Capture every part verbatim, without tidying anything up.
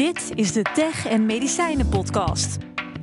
Dit is de Tech en Medicijnen podcast.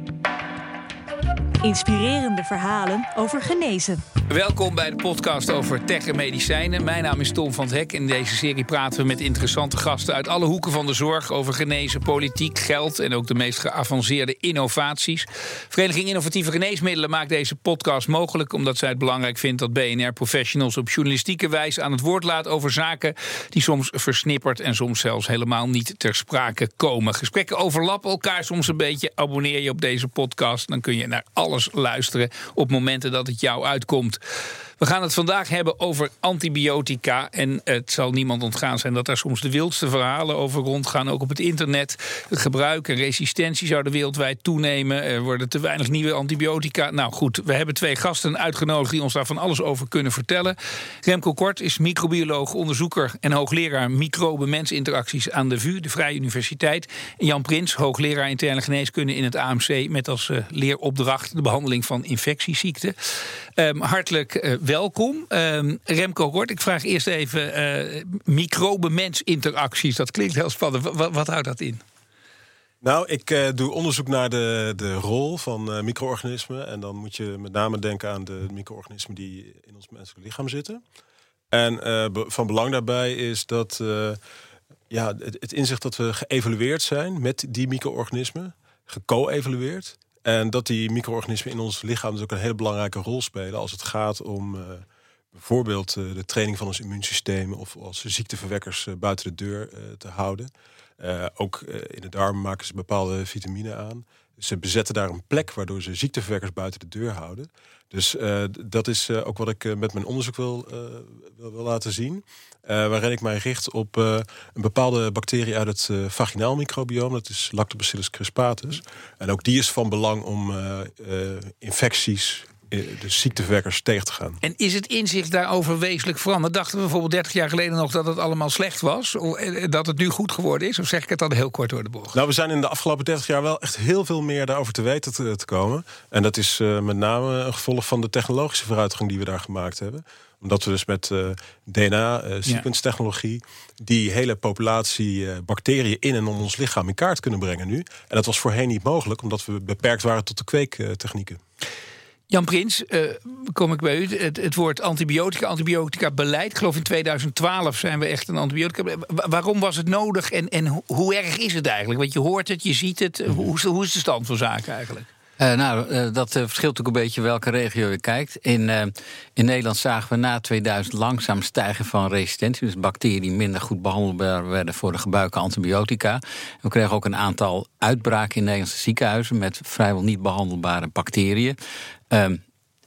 Inspirerende verhalen over genezen. Welkom bij de podcast over tech en medicijnen. Mijn naam is Tom van 't Hek. In deze serie praten we met interessante gasten uit alle hoeken van de zorg over genezen, politiek, geld en ook de meest geavanceerde innovaties. Vereniging Innovatieve Geneesmiddelen maakt deze podcast mogelijk omdat zij het belangrijk vindt dat B N R-professionals op journalistieke wijze aan het woord laat over zaken die soms versnipperd en soms zelfs helemaal niet ter sprake komen. Gesprekken overlappen elkaar soms een beetje. Abonneer je op deze podcast, dan kun je naar alles luisteren op momenten dat het jou uitkomt. We gaan het vandaag hebben over antibiotica. En het zal niemand ontgaan zijn dat daar soms de wildste verhalen over rondgaan. Ook op het internet. Het gebruik en resistentie zouden wereldwijd toenemen. Er worden te weinig nieuwe antibiotica. Nou goed, we hebben twee gasten uitgenodigd die ons daar van alles over kunnen vertellen. Remco Kort is microbioloog, onderzoeker en hoogleraar microbe-mensinteracties aan de V U, de Vrije Universiteit. En Jan Prins, hoogleraar interne geneeskunde in het A M C met als uh, leeropdracht de behandeling van infectieziekten. Um, hartelijk uh, welkom. Um, Remco Kort, ik vraag eerst even uh, microbe-mensinteracties. Dat klinkt heel spannend. Wat, wat houdt dat in? Nou, ik uh, doe onderzoek naar de, de rol van uh, micro-organismen. En dan moet je met name denken aan de micro-organismen die in ons menselijk lichaam zitten. En uh, be- van belang daarbij is dat uh, ja, het, het inzicht dat we geëvalueerd zijn met die micro-organismen, geco-evalueerd. En dat die micro-organismen in ons lichaam dus ook een hele belangrijke rol spelen als het gaat om uh, bijvoorbeeld uh, de training van ons immuunsysteem of als ziekteverwekkers uh, buiten de deur uh, te houden. Uh, ook uh, in de darmen maken ze bepaalde vitamine aan. Ze bezetten daar een plek waardoor ze ziekteverwekkers buiten de deur houden. Dus uh, dat is uh, ook wat ik uh, met mijn onderzoek wil, uh, wil, wil laten zien. Uh, waarin ik mij richt op uh, een bepaalde bacterie uit het uh, vaginaal microbioom. Dat is Lactobacillus crispatus. En ook die is van belang om uh, uh, infecties, de ziekteverwekkers tegen te gaan. En is het inzicht daarover wezenlijk veranderd? Dachten we bijvoorbeeld dertig jaar geleden nog dat het allemaal slecht was? Of dat het nu goed geworden is? Of zeg ik het dan heel kort door de bocht? Nou, we zijn in de afgelopen dertig jaar wel echt heel veel meer daarover te weten te, te komen. En dat is uh, met name een gevolg van de technologische vooruitgang die we daar gemaakt hebben. Omdat we dus met uh, D N A-sequence technologie die hele populatie uh, bacteriën in en om ons lichaam in kaart kunnen brengen nu. En dat was voorheen niet mogelijk, omdat we beperkt waren tot de kweektechnieken. Jan Prins, uh, kom ik bij u. Het, het woord antibiotica, antibiotica-beleid. Ik geloof in tweeduizend twaalf zijn we echt een antibiotica. Waarom was het nodig en, en hoe erg is het eigenlijk? Want je hoort het, je ziet het. Hoe, hoe is de stand van zaken eigenlijk? Uh, nou, uh, dat uh, verschilt ook een beetje welke regio je kijkt. In, uh, in Nederland zagen we na tweeduizend langzaam stijgen van resistentie. Dus bacteriën die minder goed behandelbaar werden voor de gebruikte antibiotica. We kregen ook een aantal uitbraken in Nederlandse ziekenhuizen met vrijwel niet behandelbare bacteriën. Um,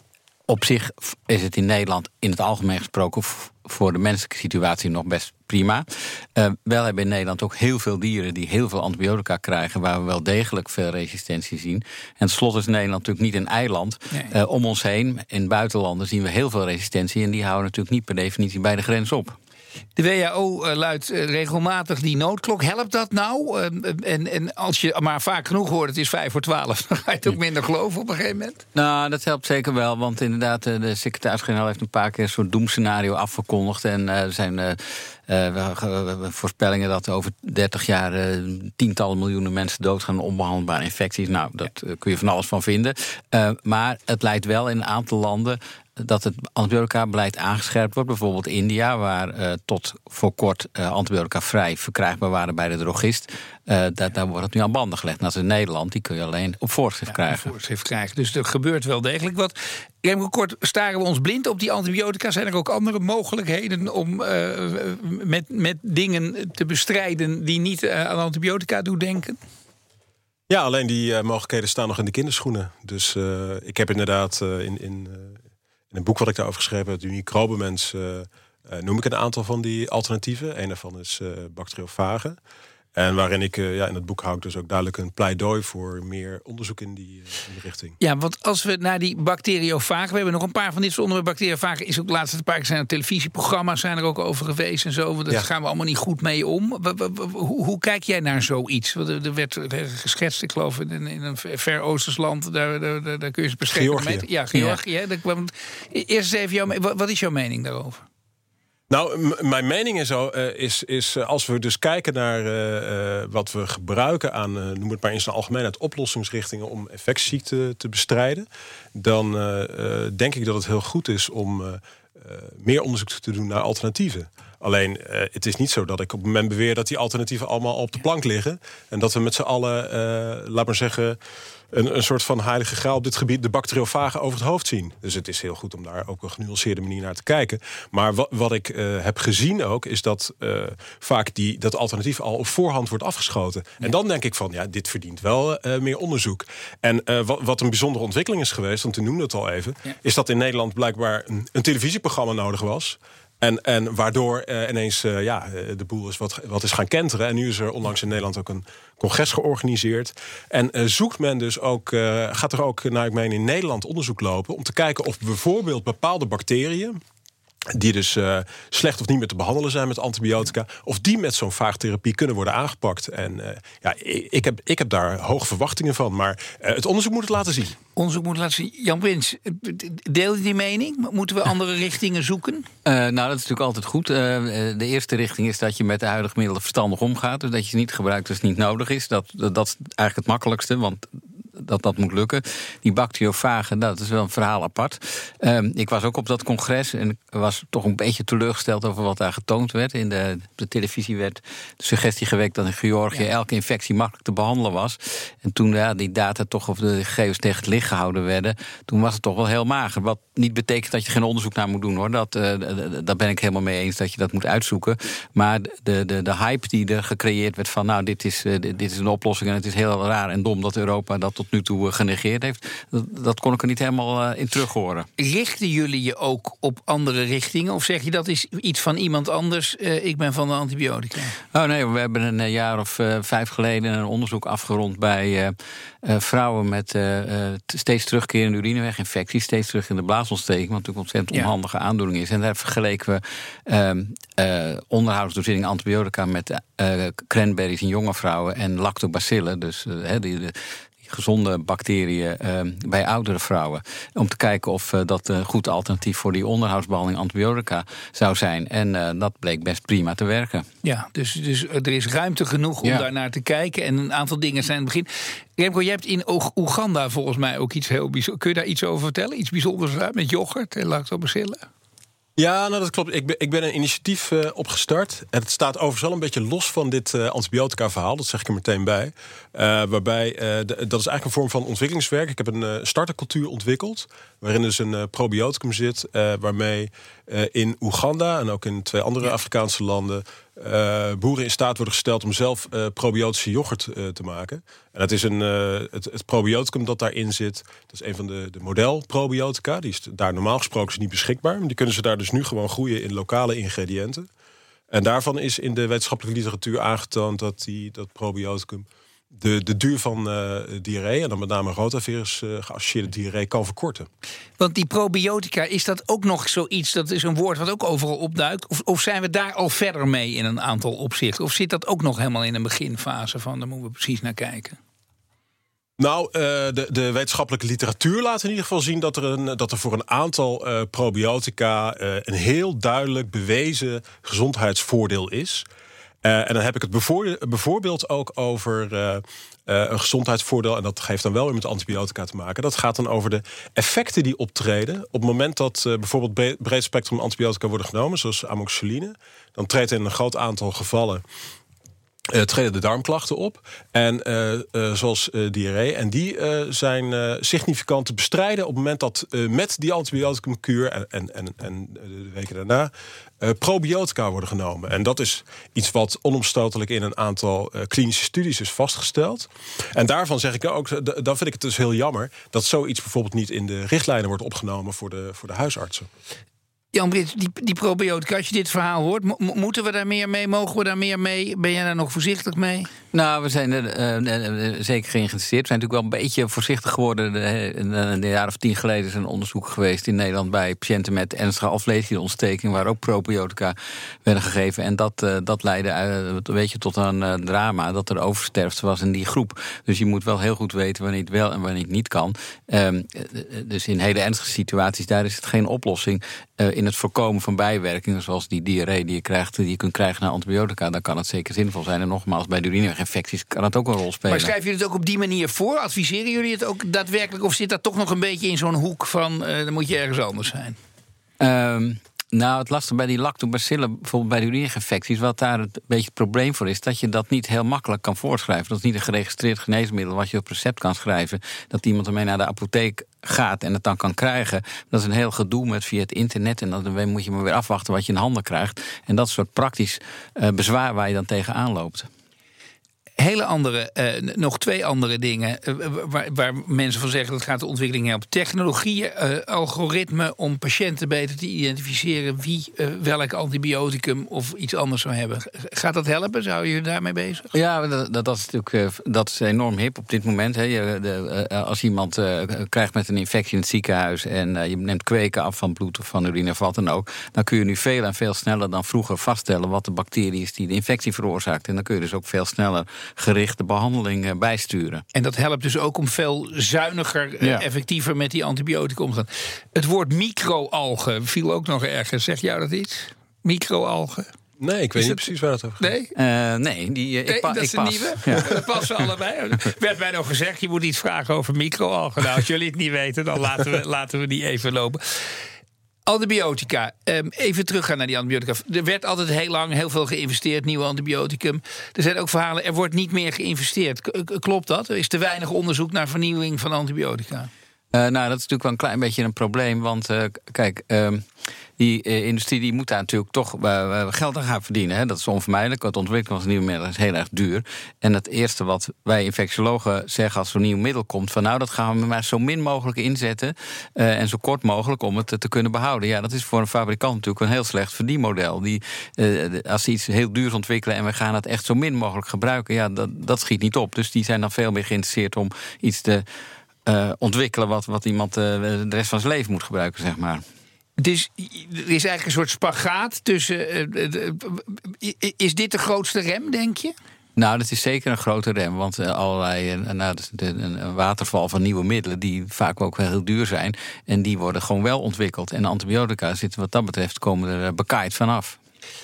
op zich is het in Nederland in het algemeen gesproken voor de menselijke situatie nog best prima. Uh, wel hebben in Nederland ook heel veel dieren die heel veel antibiotica krijgen, waar we wel degelijk veel resistentie zien. En tenslotte is Nederland natuurlijk niet een eiland. Nee. Uh, om ons heen, in buitenlanden, zien we heel veel resistentie en die houden natuurlijk niet per definitie bij de grens op. De W H O uh, luidt uh, regelmatig die noodklok. Helpt dat nou? Uh, en, en als je maar vaak genoeg hoort, het is vijf voor twaalf... dan ga je het ook minder geloven op een gegeven moment? Nou, dat helpt zeker wel. Want inderdaad, uh, de secretaris-generaal heeft een paar keer een soort doemscenario afgekondigd. En uh, er zijn uh, uh, voorspellingen dat over dertig jaar uh, tientallen miljoenen mensen doodgaan aan onbehandelbare infecties. Nou, dat uh, kun je van alles van vinden. Uh, maar het leidt wel in een aantal landen dat het antibiotica-beleid aangescherpt wordt. Bijvoorbeeld India, waar uh, tot voor kort uh, antibiotica vrij verkrijgbaar waren bij de drogist. Uh, daar, daar wordt het nu aan banden gelegd. Net als in Nederland, die kun je alleen op voorschrift ja, krijgen. Op voorschrift krijgen. Dus er gebeurt wel degelijk wat. Remco Kort, staren we ons blind op die antibiotica? Zijn er ook andere mogelijkheden om uh, met, met dingen te bestrijden die niet uh, aan antibiotica doen denken? Ja, alleen die uh, mogelijkheden staan nog in de kinderschoenen. Dus uh, ik heb inderdaad uh, in... in uh, In een boek wat ik daarover geschreven heb, de microbemens, uh, uh, noem ik een aantal van die alternatieven. Een daarvan is uh, bacteriofagen. En waarin ik, uh, ja, in het boek hou ik dus ook duidelijk een pleidooi voor meer onderzoek in die, uh, in die richting. Ja, want als we naar die bacteriofagen, we hebben nog een paar van dit soort onderwerpen. Bacteriofagen is ook de laatste paar keer zijn er televisieprogramma's zijn er ook over geweest en zo. Daar ja. gaan we allemaal niet goed mee om. Hoe, hoe kijk jij naar zoiets? Want er werd geschetst, ik geloof in, in een ver Oosters land, daar, daar, daar, daar kun je ze beschermen. Georgië. Ja, Georgië. Ja. Eerst eens even jouw, wat is jouw mening daarover? Nou, m- mijn mening is, zo, uh, is, is uh, als we dus kijken naar uh, uh, wat we gebruiken aan, uh, noem het maar in zijn algemeenheid, oplossingsrichtingen om infectieziekten te bestrijden, dan uh, uh, denk ik dat het heel goed is om uh, uh, meer onderzoek te doen naar alternatieven. Alleen, uh, het is niet zo dat ik op het moment beweer dat die alternatieven allemaal op de plank liggen. En dat we met z'n allen, uh, laat maar zeggen, een, een soort van heilige graal op dit gebied, de bacteriofagen, over het hoofd zien. Dus het is heel goed om daar ook op een genuanceerde manier naar te kijken. Maar wat, wat ik uh, heb gezien ook, is dat uh, vaak die, dat alternatief al op voorhand wordt afgeschoten. Ja. En dan denk ik van, ja, dit verdient wel uh, meer onderzoek. En uh, wat, wat een bijzondere ontwikkeling is geweest, want u noemde het al even, ja. is dat in Nederland blijkbaar een, een televisieprogramma nodig was. En, en waardoor uh, ineens uh, ja, de boel is wat, wat is gaan kenteren. En nu is er onlangs in Nederland ook een congres georganiseerd. En uh, zoekt men dus ook, uh, gaat er ook, naar ik meen, in Nederland onderzoek lopen om te kijken of bijvoorbeeld bepaalde bacteriën, die dus uh, slecht of niet meer te behandelen zijn met antibiotica, of die met zo'n vaagtherapie kunnen worden aangepakt. En uh, ja, ik heb, ik heb daar hoge verwachtingen van. Maar uh, het onderzoek moet het laten zien. Onderzoek moet laten zien. Jan Prins, deel je die mening? Moeten we andere richtingen zoeken? Uh, nou, dat is natuurlijk altijd goed. Uh, de eerste richting is dat je met de huidige middelen verstandig omgaat. Dus dat je ze niet gebruikt als het niet nodig is. Dat, dat, dat is eigenlijk het makkelijkste, want dat dat moet lukken. Die bacteriofagen, dat is wel een verhaal apart. Um, ik was ook op dat congres en ik was toch een beetje teleurgesteld over wat daar getoond werd. In de, de televisie werd de suggestie gewekt dat in Georgië ja. elke infectie makkelijk te behandelen was. En toen ja, die data toch, of de gegevens tegen het licht gehouden werden, toen was het toch wel heel mager. Wat niet betekent dat je geen onderzoek naar moet doen, hoor. Dat, uh, daar ben ik helemaal mee eens dat je dat moet uitzoeken. Maar de, de, de hype die er gecreëerd werd van, nou, dit is, uh, dit is een oplossing en het is heel raar en dom dat Europa dat tot nu toe genegeerd heeft. Dat, dat kon ik er niet helemaal uh, in terug horen. Richten jullie je ook op andere richtingen? Of zeg je dat is iets van iemand anders? Uh, ik ben van de antibiotica. Oh nee, we hebben een uh, jaar of uh, vijf geleden een onderzoek afgerond bij uh, uh, vrouwen met uh, uh, steeds terugkerende urineweginfecties, steeds terug in de blaasontsteking, wat natuurlijk een ontzettend onhandige ja. aandoening is. En daar vergeleken we uh, uh, onderhoudsdosering antibiotica met uh, cranberries in jonge vrouwen en lactobacillen, dus uh, die, de, gezonde bacteriën uh, bij oudere vrouwen. Om te kijken of uh, dat een goed alternatief voor die onderhoudsbehandeling antibiotica zou zijn. En uh, dat bleek best prima te werken. Ja, dus, dus er is ruimte genoeg om ja. daar naar te kijken. En een aantal dingen zijn in het begin. Remco, jij hebt in Oeganda volgens mij ook iets heel bijzonders. Kun je daar iets over vertellen? Iets bijzonders met yoghurt en lactobacillen? Ja, nou dat klopt. Ik ben, ik ben een initiatief uh, opgestart. En het staat overigens wel een beetje los van dit uh, antibiotica-verhaal. Dat zeg ik er meteen bij. Uh, waarbij, uh, de, dat is eigenlijk een vorm van ontwikkelingswerk. Ik heb een uh, startercultuur ontwikkeld. Waarin dus een uh, probioticum zit. Uh, waarmee uh, in Oeganda en ook in twee andere ja. Afrikaanse landen Uh, boeren in staat worden gesteld om zelf uh, probiotische yoghurt uh, te maken. En dat is een, uh, het, het probioticum dat daarin zit. Dat is een van de, de modelprobiotica. Die is daar normaal gesproken is niet beschikbaar. Maar die kunnen ze daar dus nu gewoon groeien in lokale ingrediënten. En daarvan is in de wetenschappelijke literatuur aangetoond dat die, dat probioticum de, de duur van uh, diarree, en dan met name rotavirus uh, geassocieerde diarree, kan verkorten. Want die probiotica, is dat ook nog zoiets, dat is een woord wat ook overal opduikt? Of, of zijn we daar al verder mee in een aantal opzichten? Of zit dat ook nog helemaal in een beginfase van, daar moeten we precies naar kijken? Nou, uh, de, de wetenschappelijke literatuur laat in ieder geval zien dat er, een, dat er voor een aantal uh, probiotica uh, een heel duidelijk bewezen gezondheidsvoordeel is. Uh, en dan heb ik het bevoor, bijvoorbeeld ook over uh, uh, een gezondheidsvoordeel, en dat heeft dan wel weer met antibiotica te maken. Dat gaat dan over de effecten die optreden op het moment dat uh, bijvoorbeeld breed, breed spectrum antibiotica worden genomen, zoals amoxicilline. Dan treedt in een groot aantal gevallen Uh, treden de darmklachten op. En uh, uh, zoals uh, diarree. En die uh, zijn uh, significant te bestrijden op het moment dat uh, met die antibioticumkuur en, en, en, en de weken daarna uh, probiotica worden genomen. En dat is iets wat onomstotelijk in een aantal uh, klinische studies is vastgesteld. En daarvan zeg ik ook, d- dan vind ik het dus heel jammer dat zoiets bijvoorbeeld niet in de richtlijnen wordt opgenomen voor de, voor de huisartsen. Jan Prins, die, die probiotica, als je dit verhaal hoort, mo- moeten we daar meer mee? Mogen we daar meer mee? Ben jij daar nog voorzichtig mee? Nou, we zijn er uh, uh, zeker geïnteresseerd. We zijn natuurlijk wel een beetje voorzichtig geworden. Een, een jaar of tien geleden is een onderzoek geweest in Nederland bij patiënten met ernstige alvleesklierontsteking, waar ook probiotica werden gegeven. En dat, uh, dat leidde uh, een beetje tot een uh, drama, dat er oversterfte was in die groep. Dus je moet wel heel goed weten wanneer het wel en wanneer het niet kan. Um, dus in hele ernstige situaties, daar is het geen oplossing. Uh, in het voorkomen van bijwerkingen, zoals die diarree die je krijgt, die je kunt krijgen na antibiotica, dan kan het zeker zinvol zijn. En nogmaals, bij de urineweginfecties kan het ook een rol spelen. Maar schrijven jullie het ook op die manier voor? Adviseren jullie het ook daadwerkelijk? Of zit dat toch nog een beetje in zo'n hoek van, uh, dan moet je ergens anders zijn? Um, Nou, het lastige bij die lactobacillen, bijvoorbeeld bij de urineweginfecties, wat daar het beetje het probleem voor is, dat je dat niet heel makkelijk kan voorschrijven. Dat is niet een geregistreerd geneesmiddel wat je op recept kan schrijven. Dat iemand ermee naar de apotheek gaat en het dan kan krijgen. Dat is een heel gedoe met via het internet en dan moet je maar weer afwachten wat je in handen krijgt. En dat is een soort praktisch uh, bezwaar waar je dan tegenaan loopt. Hele andere, uh, nog twee andere dingen uh, waar, waar mensen van zeggen dat gaat de ontwikkeling helpen. Technologieën, uh, algoritmen om patiënten beter te identificeren wie uh, welk antibioticum of iets anders zou hebben. Gaat dat helpen? Zou je daarmee bezig? Ja, dat, dat, is natuurlijk uh, dat is enorm hip op dit moment. Hè. Je, de, uh, als iemand uh, krijgt met een infectie in het ziekenhuis en uh, je neemt kweken af van bloed of van urine of wat dan ook, dan kun je nu veel en veel sneller dan vroeger vaststellen wat de bacterie is die de infectie veroorzaakt. En dan kun je dus ook veel sneller gerichte behandeling bijsturen. En dat helpt dus ook om veel zuiniger, ja. effectiever met die antibiotica om te gaan. Het woord microalgen viel ook nog ergens. Zegt jou dat iets? Microalgen? Nee, ik weet niet precies waar dat over gaat. Nee? Uh, nee, die, uh, nee, ik pa- dat is ik een pas. nieuwe. Ja. Dat passen allebei. Er werd mij nog gezegd, je moet iets vragen over microalgen. Nou, als jullie het niet weten, dan laten we, laten we die even lopen. Antibiotica. Even teruggaan naar die antibiotica. Er werd altijd heel lang heel veel geïnvesteerd, nieuwe antibioticum. Er zijn ook verhalen, er wordt niet meer geïnvesteerd. Klopt dat? Er is te weinig onderzoek naar vernieuwing van antibiotica. Uh, nou, dat is natuurlijk wel een klein beetje een probleem. Want uh, kijk, uh, die uh, industrie die moet daar natuurlijk toch uh, geld aan gaan verdienen. Hè. Dat is onvermijdelijk. Het ontwikkelen van een nieuw middel is heel erg duur. En het eerste wat wij infectiologen zeggen als er een nieuw middel komt, van nou, dat gaan we maar zo min mogelijk inzetten uh, en zo kort mogelijk om het te kunnen behouden. Ja, dat is voor een fabrikant natuurlijk een heel slecht verdienmodel. Die, uh, als ze iets heel duurs ontwikkelen en we gaan het echt zo min mogelijk gebruiken, ja, dat, dat schiet niet op. Dus die zijn dan veel meer geïnteresseerd om iets te Uh, ontwikkelen wat, wat iemand uh, de rest van zijn leven moet gebruiken, zeg maar. Dus er is eigenlijk een soort spagaat tussen. Uh, uh, uh, is dit de grootste rem, denk je? Nou, dat is zeker een grote rem. Want uh, allerlei uh, nou, de, een, een waterval van nieuwe middelen die vaak ook wel heel duur zijn. En die worden gewoon wel ontwikkeld. En antibiotica zitten wat dat betreft komen er bekaaid vanaf.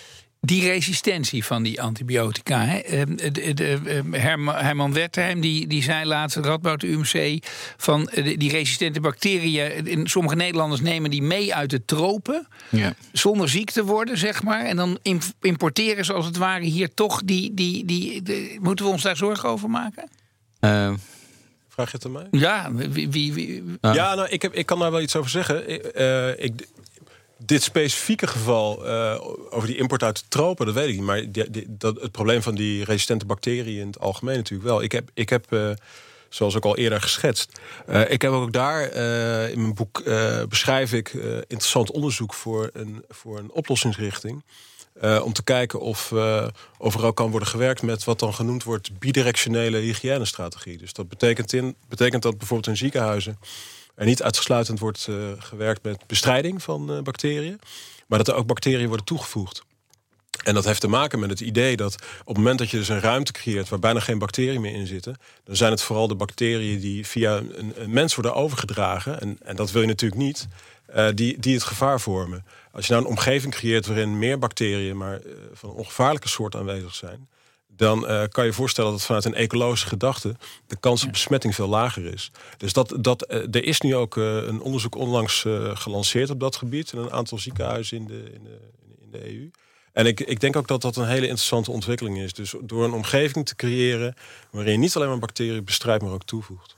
Die resistentie van die antibiotica. Hè? De, de, de, Herman Wertheim die, die zei laatst, Radboud U M C, van de, die resistente bacteriën. Sommige Nederlanders nemen die mee uit de tropen. Ja. Zonder ziek te worden, zeg maar. En dan importeren ze als het ware hier toch die. die, die de, moeten we ons daar zorgen over maken? Uh. Vraag je het aan mij? Ja, wie. wie, wie? Ja, nou, ik, heb, ik kan daar wel iets over zeggen. Uh, ik. Dit specifieke geval uh, over die import uit de tropen, dat weet ik niet. Maar die, die, dat, het probleem van die resistente bacteriën in het algemeen natuurlijk wel. Ik heb, ik heb uh, zoals ook al eerder geschetst, uh, ik heb ook daar uh, in mijn boek uh, beschrijf ik uh, interessant onderzoek voor een, voor een oplossingsrichting. Uh, om te kijken of, uh, of er ook kan worden gewerkt met wat dan genoemd wordt bidirectionele hygiënestrategie. Dus dat betekent, in, betekent dat bijvoorbeeld in ziekenhuizen er niet uitsluitend wordt uh, gewerkt met bestrijding van uh, bacteriën, maar dat er ook bacteriën worden toegevoegd. En dat heeft te maken met het idee dat op het moment dat je dus een ruimte creëert waar bijna geen bacteriën meer in zitten, dan zijn het vooral de bacteriën die via een, een mens worden overgedragen, en, en dat wil je natuurlijk niet, uh, die, die het gevaar vormen. Als je nou een omgeving creëert waarin meer bacteriën, maar uh, van ongevaarlijke soort aanwezig zijn, dan uh, kan je voorstellen dat vanuit een ecologische gedachte de kans op besmetting veel lager is. Dus dat, dat, uh, er is nu ook uh, een onderzoek onlangs uh, gelanceerd op dat gebied in een aantal ziekenhuizen in de, in de, in de E U. En ik, ik denk ook dat dat een hele interessante ontwikkeling is. Dus door een omgeving te creëren waarin je niet alleen maar bacteriën bestrijdt, maar ook toevoegt.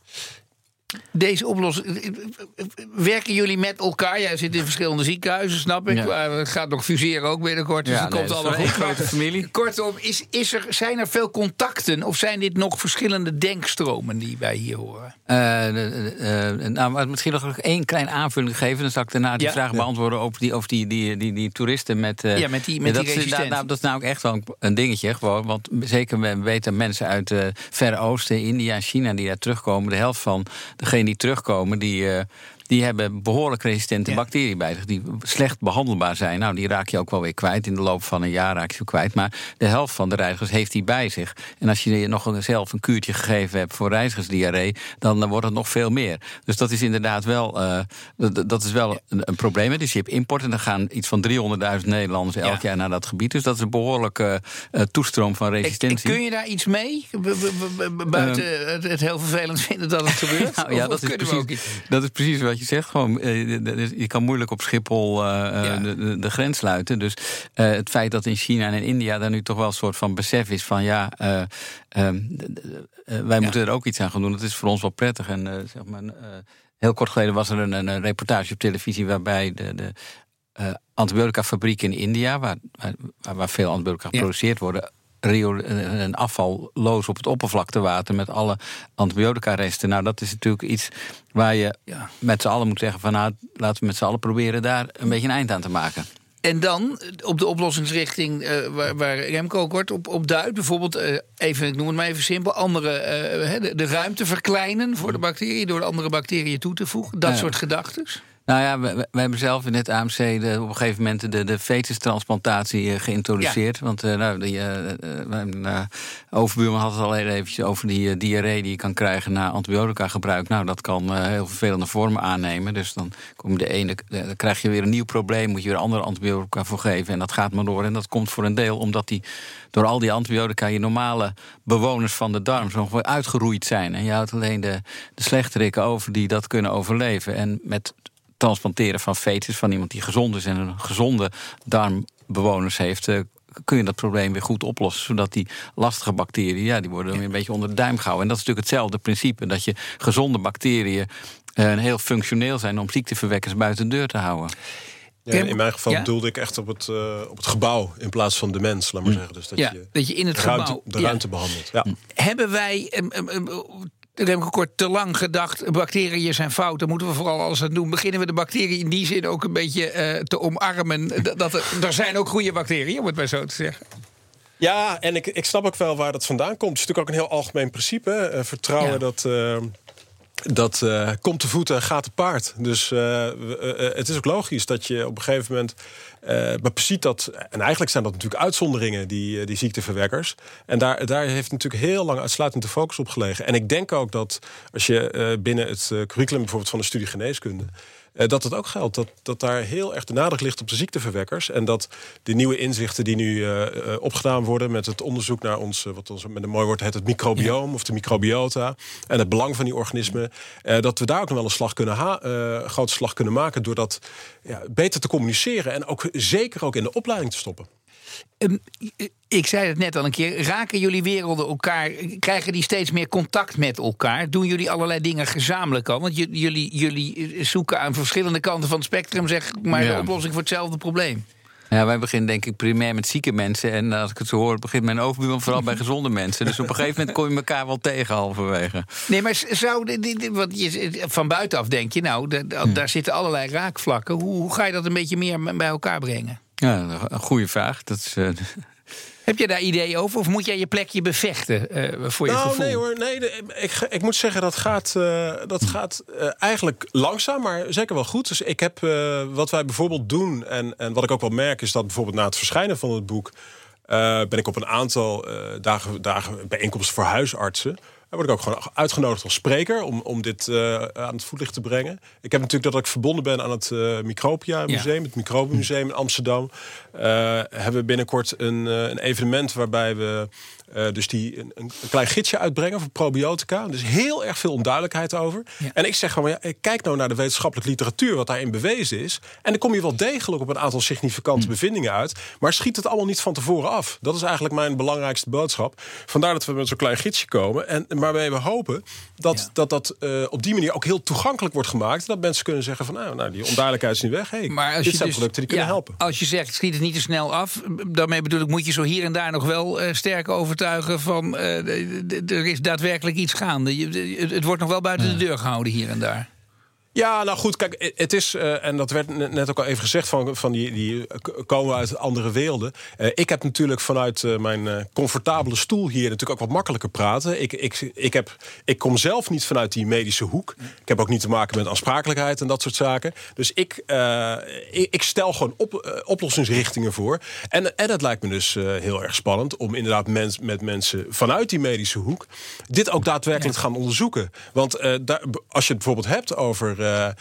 Deze oplossing, werken jullie met elkaar? Jij zit in verschillende ziekenhuizen, snap ik. Ja. Het gaat nog fuseren ook binnenkort, dus ja, het nee, komt allemaal goed. Grote familie. Kortom, is, is er, zijn er veel contacten of zijn dit nog verschillende denkstromen die wij hier horen? Uh, uh, uh, nou, misschien nog één klein aanvulling geven. Dan zal ik daarna die ja, vraag ja. beantwoorden over die, over die, die, die, die toeristen met. Uh, ja, met die, met dat, die resistentie. Nou, dat is nou echt wel een dingetje, gewoon. Want zeker we weten mensen uit het uh, Verre Oosten, India en China die daar terugkomen. De helft van degenen die terugkomen, die, uh, die hebben behoorlijk resistente Ja. bacteriën bij zich, die slecht behandelbaar zijn. Nou, die raak je ook wel weer kwijt. In de loop van een jaar raak je ze kwijt. Maar de helft van de reizigers heeft die bij zich. En als je nog een, zelf een kuurtje gegeven hebt voor reizigersdiarree, dan uh, wordt het nog veel meer. Dus dat is inderdaad wel, uh, dat, dat is wel ja. een, een probleem. Dus je hebt import en dan gaan iets van driehonderdduizend Nederlanders elk ja. jaar naar dat gebied. Dus dat is een behoorlijke uh, toestroom van resistentie. Ik, kun je daar iets mee? B- b- b- buiten uh, het, het heel vervelend vinden dat het gebeurt? Nou, ja, dat is, precies, dat is precies wat je zegt. Gewoon, uh, je kan moeilijk op Schiphol uh, ja. de, de, de grens sluiten. Dus uh, het feit dat in China en in India daar nu toch wel een soort van besef is van ja, uh, um, uh, wij ja. moeten er ook iets aan gaan doen. Dat is voor ons wel prettig. En uh, zeg maar, uh, heel kort geleden was er een, een reportage op televisie waarbij de, de uh, antibiotica-fabriek in India, waar, waar, waar veel antibiotica ja. geproduceerd worden, een afvalloos op het oppervlaktewater met alle antibiotica-resten. Nou, dat is natuurlijk iets waar je ja. met z'n allen moet zeggen van nou, laten we met z'n allen proberen daar een beetje een eind aan te maken. En dan op de oplossingsrichting uh, waar, waar Remco kort op, op duidt. Bijvoorbeeld, uh, even, ik noem het maar even simpel, andere, uh, de, de ruimte verkleinen voor de bacteriën door de andere bacteriën toe te voegen. Dat ja. soort gedachtes. Nou ja, we, we hebben zelf in het A M C de, op een gegeven moment de, de fetustransplantatie uh, geïntroduceerd. Ja. Want uh, nou, die, uh, mijn uh, overbuurman had het al heel eventjes over die uh, diarree die je kan krijgen na antibiotica gebruik. Nou, dat kan uh, heel vervelende vormen aannemen. Dus dan, kom je de ene, uh, dan krijg je weer een nieuw probleem, moet je weer andere antibiotica voor geven. En dat gaat maar door. En dat komt voor een deel omdat die door al die antibiotica je normale bewoners van de darm zo gewoon uitgeroeid zijn. En je houdt alleen de, de slechterikken over die dat kunnen overleven. En met transplanteren van fetus van iemand die gezond is en een gezonde darmbewoners heeft, uh, kun je dat probleem weer goed oplossen, zodat die lastige bacteriën, ja, die worden dan weer een beetje onder de duim gehouden. En dat is natuurlijk hetzelfde principe, dat je gezonde bacteriën uh, heel functioneel zijn om ziekteverwekkers buiten de deur te houden. Ja, in mijn geval ja. bedoelde ik echt op het, uh, op het gebouw in plaats van de mens, laat maar zeggen. Dus dat, ja, je, dat je in het de gebouw ruimte, de ruimte ja. behandelt. Ja. Hebben wij Um, um, um, Ik heb kort te lang gedacht, bacteriën zijn fout, daar moeten we vooral alles aan doen. Beginnen we de bacteriën in die zin ook een beetje uh, te omarmen. Dat er, er zijn ook goede bacteriën, om het maar zo te zeggen. Ja, en ik, ik snap ook wel waar dat vandaan komt. Het is natuurlijk ook een heel algemeen principe. Uh, vertrouwen ja. dat... Uh, Dat uh, komt te voet en gaat te paard. Dus uh, uh, uh, het is ook logisch dat je op een gegeven moment uh, ziet dat, en eigenlijk zijn dat natuurlijk uitzonderingen, die, uh, die ziekteverwekkers. En daar, daar heeft natuurlijk heel lang uitsluitend de focus op gelegen. En ik denk ook dat als je uh, binnen het uh, curriculum bijvoorbeeld van de studie geneeskunde, Uh, dat het ook geldt, dat, dat daar heel erg de nadruk ligt op de ziekteverwekkers. En dat de nieuwe inzichten die nu uh, uh, opgedaan worden met het onderzoek naar ons, uh, wat ons met een mooi woord heet, het microbioom, ja. of de microbiota, en het belang van die organismen, uh, dat we daar ook nog wel een slag kunnen ha- uh, grote slag kunnen maken door dat ja, beter te communiceren en ook zeker ook in de opleiding te stoppen. Um, ik zei het net al een keer. Raken jullie werelden elkaar? Krijgen die steeds meer contact met elkaar? Doen jullie allerlei dingen gezamenlijk al? Want j- jullie, jullie zoeken aan verschillende kanten van het spectrum, zeg maar, ja. de oplossing voor hetzelfde probleem. Ja, wij beginnen denk ik primair met zieke mensen. En als ik het zo hoor, begint mijn overbuurman vooral bij gezonde mensen. Dus op een gegeven moment kom je elkaar wel tegen halverwege. Nee, maar zou, want je, van buitenaf denk je, nou, de, de, daar zitten allerlei raakvlakken. Hoe, hoe ga je dat een beetje meer bij elkaar brengen? Ja, een goede vraag. Dat is... Uh, Heb je daar ideeën over? Of moet jij je plekje bevechten uh, voor je nou, gevoel? Nee hoor, nee, de, ik, ik moet zeggen, dat gaat, uh, dat gaat uh, eigenlijk langzaam, maar zeker wel goed. Dus ik heb, uh, wat wij bijvoorbeeld doen, en, en wat ik ook wel merk, is dat bijvoorbeeld na het verschijnen van het boek, uh, ben ik op een aantal uh, dagen, dagen bijeenkomsten voor huisartsen. Daar word ik ook gewoon uitgenodigd als spreker om, om dit uh, aan het voetlicht te brengen. Ik heb natuurlijk dat ik verbonden ben aan het uh, Micropia Museum, ja. het Microbenmuseum in Amsterdam. Uh, hebben we binnenkort een, uh, een evenement waarbij we uh, dus die een, een klein gidsje uitbrengen voor probiotica. Er is heel erg veel onduidelijkheid over. Ja. En ik zeg gewoon, ja, kijk nou naar de wetenschappelijke literatuur wat daarin bewezen is. En dan kom je wel degelijk op een aantal significante mm. bevindingen uit. Maar schiet het allemaal niet van tevoren af. Dat is eigenlijk mijn belangrijkste boodschap. Vandaar dat we met zo'n klein gidsje komen. En waarbij we hopen dat ja. dat, dat uh, op die manier ook heel toegankelijk wordt gemaakt. Dat mensen kunnen zeggen van nou, nou die onduidelijkheid is niet weg. Hey, maar als dit je zijn dus, producten die kunnen ja, helpen. Als je zegt schiet het niet te snel af. Daarmee bedoel ik moet je zo hier en daar nog wel uh, sterk overtuigen van uh, er is daadwerkelijk iets gaande. Je, het, het wordt nog wel buiten ja. de deur gehouden hier en daar. Ja, nou goed, kijk, het is, uh, en dat werd net ook al even gezegd, van, van die, die komen uit andere werelden. Uh, ik heb natuurlijk vanuit uh, mijn uh, comfortabele stoel hier natuurlijk ook wat makkelijker praten. Ik, ik, ik, heb, ik kom zelf niet vanuit die medische hoek. Ik heb ook niet te maken met aansprakelijkheid en dat soort zaken. Dus ik, uh, ik, ik stel gewoon op, uh, oplossingsrichtingen voor. En, en het lijkt me dus uh, heel erg spannend om inderdaad mens, met mensen vanuit die medische hoek dit ook daadwerkelijk te gaan onderzoeken. Want uh, daar, als je het bijvoorbeeld hebt over Uh, uh,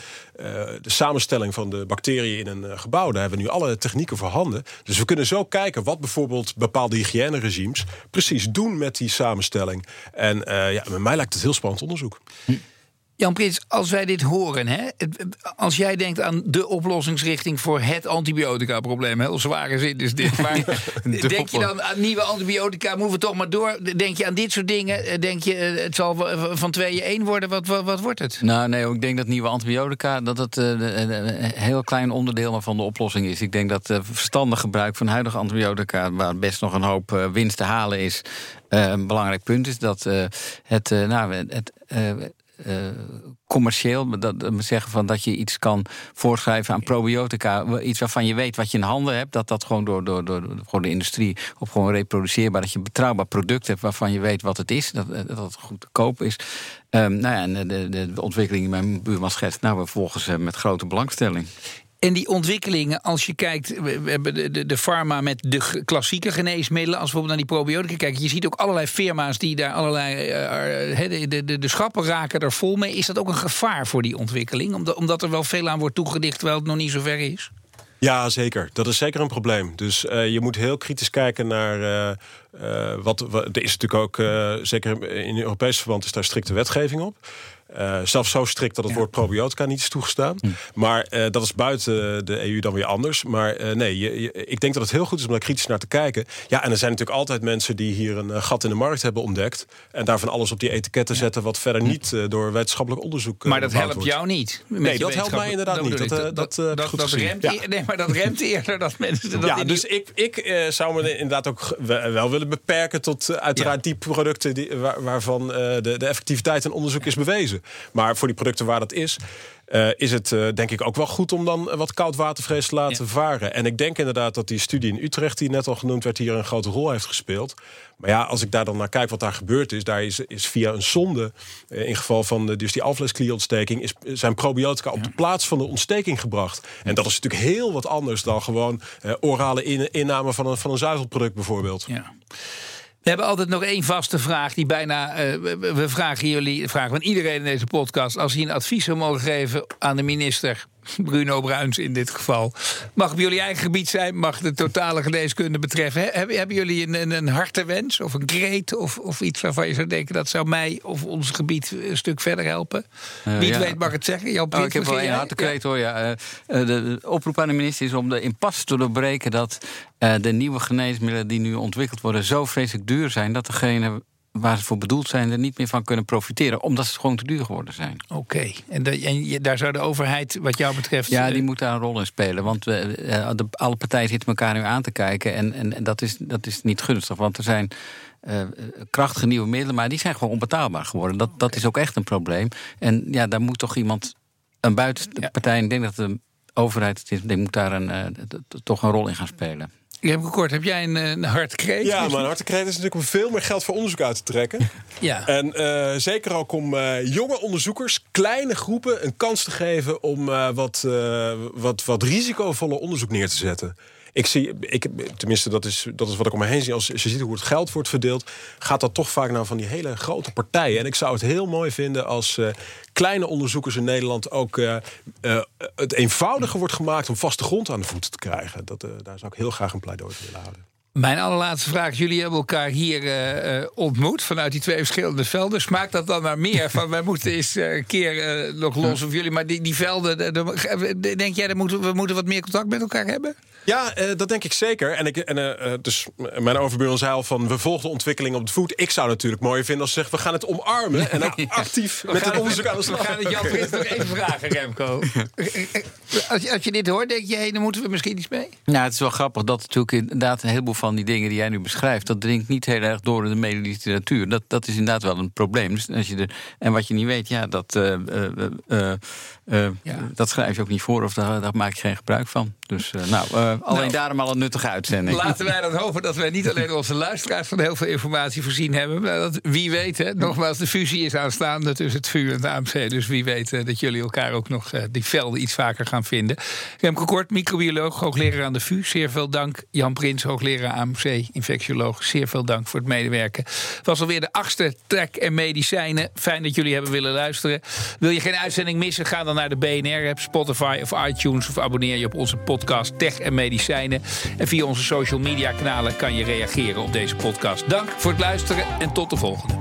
de samenstelling van de bacteriën in een uh, gebouw, daar hebben we nu alle technieken voorhanden. Dus we kunnen zo kijken wat bijvoorbeeld bepaalde hygiëneregimes precies doen met die samenstelling. En uh, ja, met mij lijkt het heel spannend onderzoek. Hm. Jan Prins, als wij dit horen, hè, als jij denkt aan de oplossingsrichting voor het antibiotica-probleem, heel zware zin is dit, maar denk je dan aan nieuwe antibiotica, moeten we toch maar door? Denk je aan dit soort dingen? Denk je, het zal van tweeën één worden? Wat, wat, wat wordt het? Nou, nee, ik denk dat nieuwe antibiotica, dat het uh, een heel klein onderdeel van de oplossing is. Ik denk dat uh, verstandig gebruik van huidige antibiotica, waar best nog een hoop uh, winst te halen is, uh, een belangrijk punt is dat uh, het, uh, nou, het uh, Uh, commercieel, dat, dat zeggen van dat je iets kan voorschrijven aan probiotica, iets waarvan je weet wat je in handen hebt, dat dat gewoon door, door, door, door de industrie op gewoon reproduceerbaar, dat je een betrouwbaar product hebt waarvan je weet wat het is, dat, dat het goed te koop is. Um, nou ja, en de, de, de ontwikkeling die mijn buurman schetst, nou, we volgen ze met grote belangstelling. En die ontwikkelingen, als je kijkt, we hebben de, de, de pharma met de klassieke geneesmiddelen, als we bijvoorbeeld naar die probiotica kijken, je ziet ook allerlei firma's die daar allerlei, uh, de, de, de schappen raken er vol mee. Is dat ook een gevaar voor die ontwikkeling? Omdat, omdat er wel veel aan wordt toegedicht, terwijl het nog niet zo ver is? Ja, zeker. Dat is zeker een probleem. Dus uh, je moet heel kritisch kijken naar Uh, uh, wat, wat. Er is natuurlijk ook, uh, zeker in Europees verband, is daar strikte wetgeving op. Uh, zelfs zo strikt dat het ja. woord probiotica niet is toegestaan. Hm. Maar uh, dat is buiten de E U dan weer anders. Maar uh, nee, je, je, ik denk dat het heel goed is om daar kritisch naar te kijken. Ja, en er zijn natuurlijk altijd mensen die hier een uh, gat in de markt hebben ontdekt. En daarvan alles op die etiketten ja. zetten wat verder niet uh, door wetenschappelijk onderzoek uh, Maar dat helpt wordt. jou niet? Nee, dat helpt mij inderdaad niet. Dat, uh, dat, dat, uh, dat, dat remt ja. Nee, maar dat remt eerder dat mensen dat Ja, in dus die... ik, ik uh, zou me inderdaad ook wel willen beperken tot uh, uiteraard ja. die producten die, waar, waarvan uh, de, de effectiviteit en onderzoek is bewezen. Maar voor die producten waar dat is, uh, is het uh, denk ik ook wel goed om dan wat koudwatervrees te laten ja. varen. En ik denk inderdaad dat die studie in Utrecht, die net al genoemd werd, hier een grote rol heeft gespeeld. Maar ja, als ik daar dan naar kijk wat daar gebeurd is, daar is, is via een zonde, uh, in geval van de, dus die alvleesklierontsteking, is, zijn probiotica op de plaats van de ontsteking gebracht. En dat is natuurlijk heel wat anders dan gewoon uh, orale in, inname van een, van een zuivelproduct bijvoorbeeld. Ja. We hebben altijd nog één vaste vraag die bijna. Uh, we, we vragen jullie, vragen van iedereen in deze podcast, als hij een advies zou mogen geven aan de minister, Bruno Bruins in dit geval. Mag op jullie eigen gebied zijn, mag de totale geneeskunde betreffen. He, hebben, hebben jullie een, een, een hartewens of een kreet of, of iets waarvan je zou denken dat zou mij of ons gebied een stuk verder helpen? Uh, Wie het ja. weet mag het zeggen. Jan Prins, oh, ik heb wel een hartekreet ja. hoor. Ja. Uh, de, de oproep aan de minister is om de impasse te doorbreken dat uh, de nieuwe geneesmiddelen die nu ontwikkeld worden zo vreselijk duur zijn dat degene waar ze voor bedoeld zijn er niet meer van kunnen profiteren, omdat ze gewoon te duur geworden zijn. Oké, okay. en, en daar zou de overheid wat jou betreft... Ja, die moet daar een rol in spelen, want we, de, alle partijen zitten elkaar nu aan te kijken en, en, en dat, is, dat is niet gunstig, want er zijn uh, krachtige nieuwe middelen, maar die zijn gewoon onbetaalbaar geworden. Dat, dat is ook echt een probleem. En ja, daar moet toch iemand, een buitenpartij, ja. ik denk dat de overheid het is, die moet daar een, uh, toch een rol in gaan spelen. Remco Kort, heb jij een, een hartekreet? Ja, mijn hartekreet is natuurlijk om veel meer geld voor onderzoek uit te trekken. Ja. En uh, zeker ook om uh, jonge onderzoekers, kleine groepen, een kans te geven om uh, wat, uh, wat, wat risicovolle onderzoek neer te zetten. Ik zie, ik, tenminste, dat is, dat is wat ik om me heen zie. Als, als je ziet hoe het geld wordt verdeeld, gaat dat toch vaak naar van die hele grote partijen. En ik zou het heel mooi vinden als uh, kleine onderzoekers in Nederland ook uh, uh, het eenvoudiger wordt gemaakt om vaste grond aan de voeten te krijgen. Dat, uh, daar zou ik heel graag een pleidooi voor willen houden. Mijn allerlaatste vraag. Jullie hebben elkaar hier uh, ontmoet vanuit die twee verschillende velden. Smaakt dat dan naar meer? Van wij moeten eens uh, een keer uh, nog los of jullie. Maar die, die velden, de, de, denk jij dat moeten, we moeten wat meer contact met elkaar hebben? Ja, uh, dat denk ik zeker. En, ik, en uh, dus mijn overbuurman zei al van we volgen de ontwikkeling op de voet. Ik zou het natuurlijk mooier vinden als ze zeggen we gaan het omarmen en ook actief we met het het, onderzoek aan de slag. We gaan het Jan Prins nog even vragen, Remco. Als je, als je dit hoort, denk je, hey, dan moeten we misschien iets mee? Nou, het is wel grappig dat natuurlijk inderdaad een heleboel van van die dingen die jij nu beschrijft, dat dringt niet heel erg door in de medieliteratuur. Dat, dat is inderdaad wel een probleem. Dus als je er, en wat je niet weet, ja, dat, uh, uh, uh, uh, ja. dat schrijf je ook niet voor of daar, daar maak je geen gebruik van. Dus uh, nou, uh, alleen nou, daarom al een nuttige uitzending. Laten wij dan hopen dat wij niet alleen onze luisteraars van heel veel informatie voorzien hebben. Maar dat, wie weet, hè, nogmaals, de fusie is aanstaande tussen het V U en het A M C. Dus wie weet uh, dat jullie elkaar ook nog uh, die velden iets vaker gaan vinden. Remco Kort, microbioloog, hoogleraar aan de V U. Zeer veel dank. Jan Prins, hoogleraar A M C, infectioloog. Zeer veel dank voor het medewerken. Het was alweer de achtste Tech en Medicijnen. Fijn dat jullie hebben willen luisteren. Wil je geen uitzending missen? Ga dan naar de B N R-app, Spotify of iTunes of abonneer je op onze podcast Tech en Medicijnen. En via onze social media kanalen kan je reageren op deze podcast. Dank voor het luisteren en tot de volgende.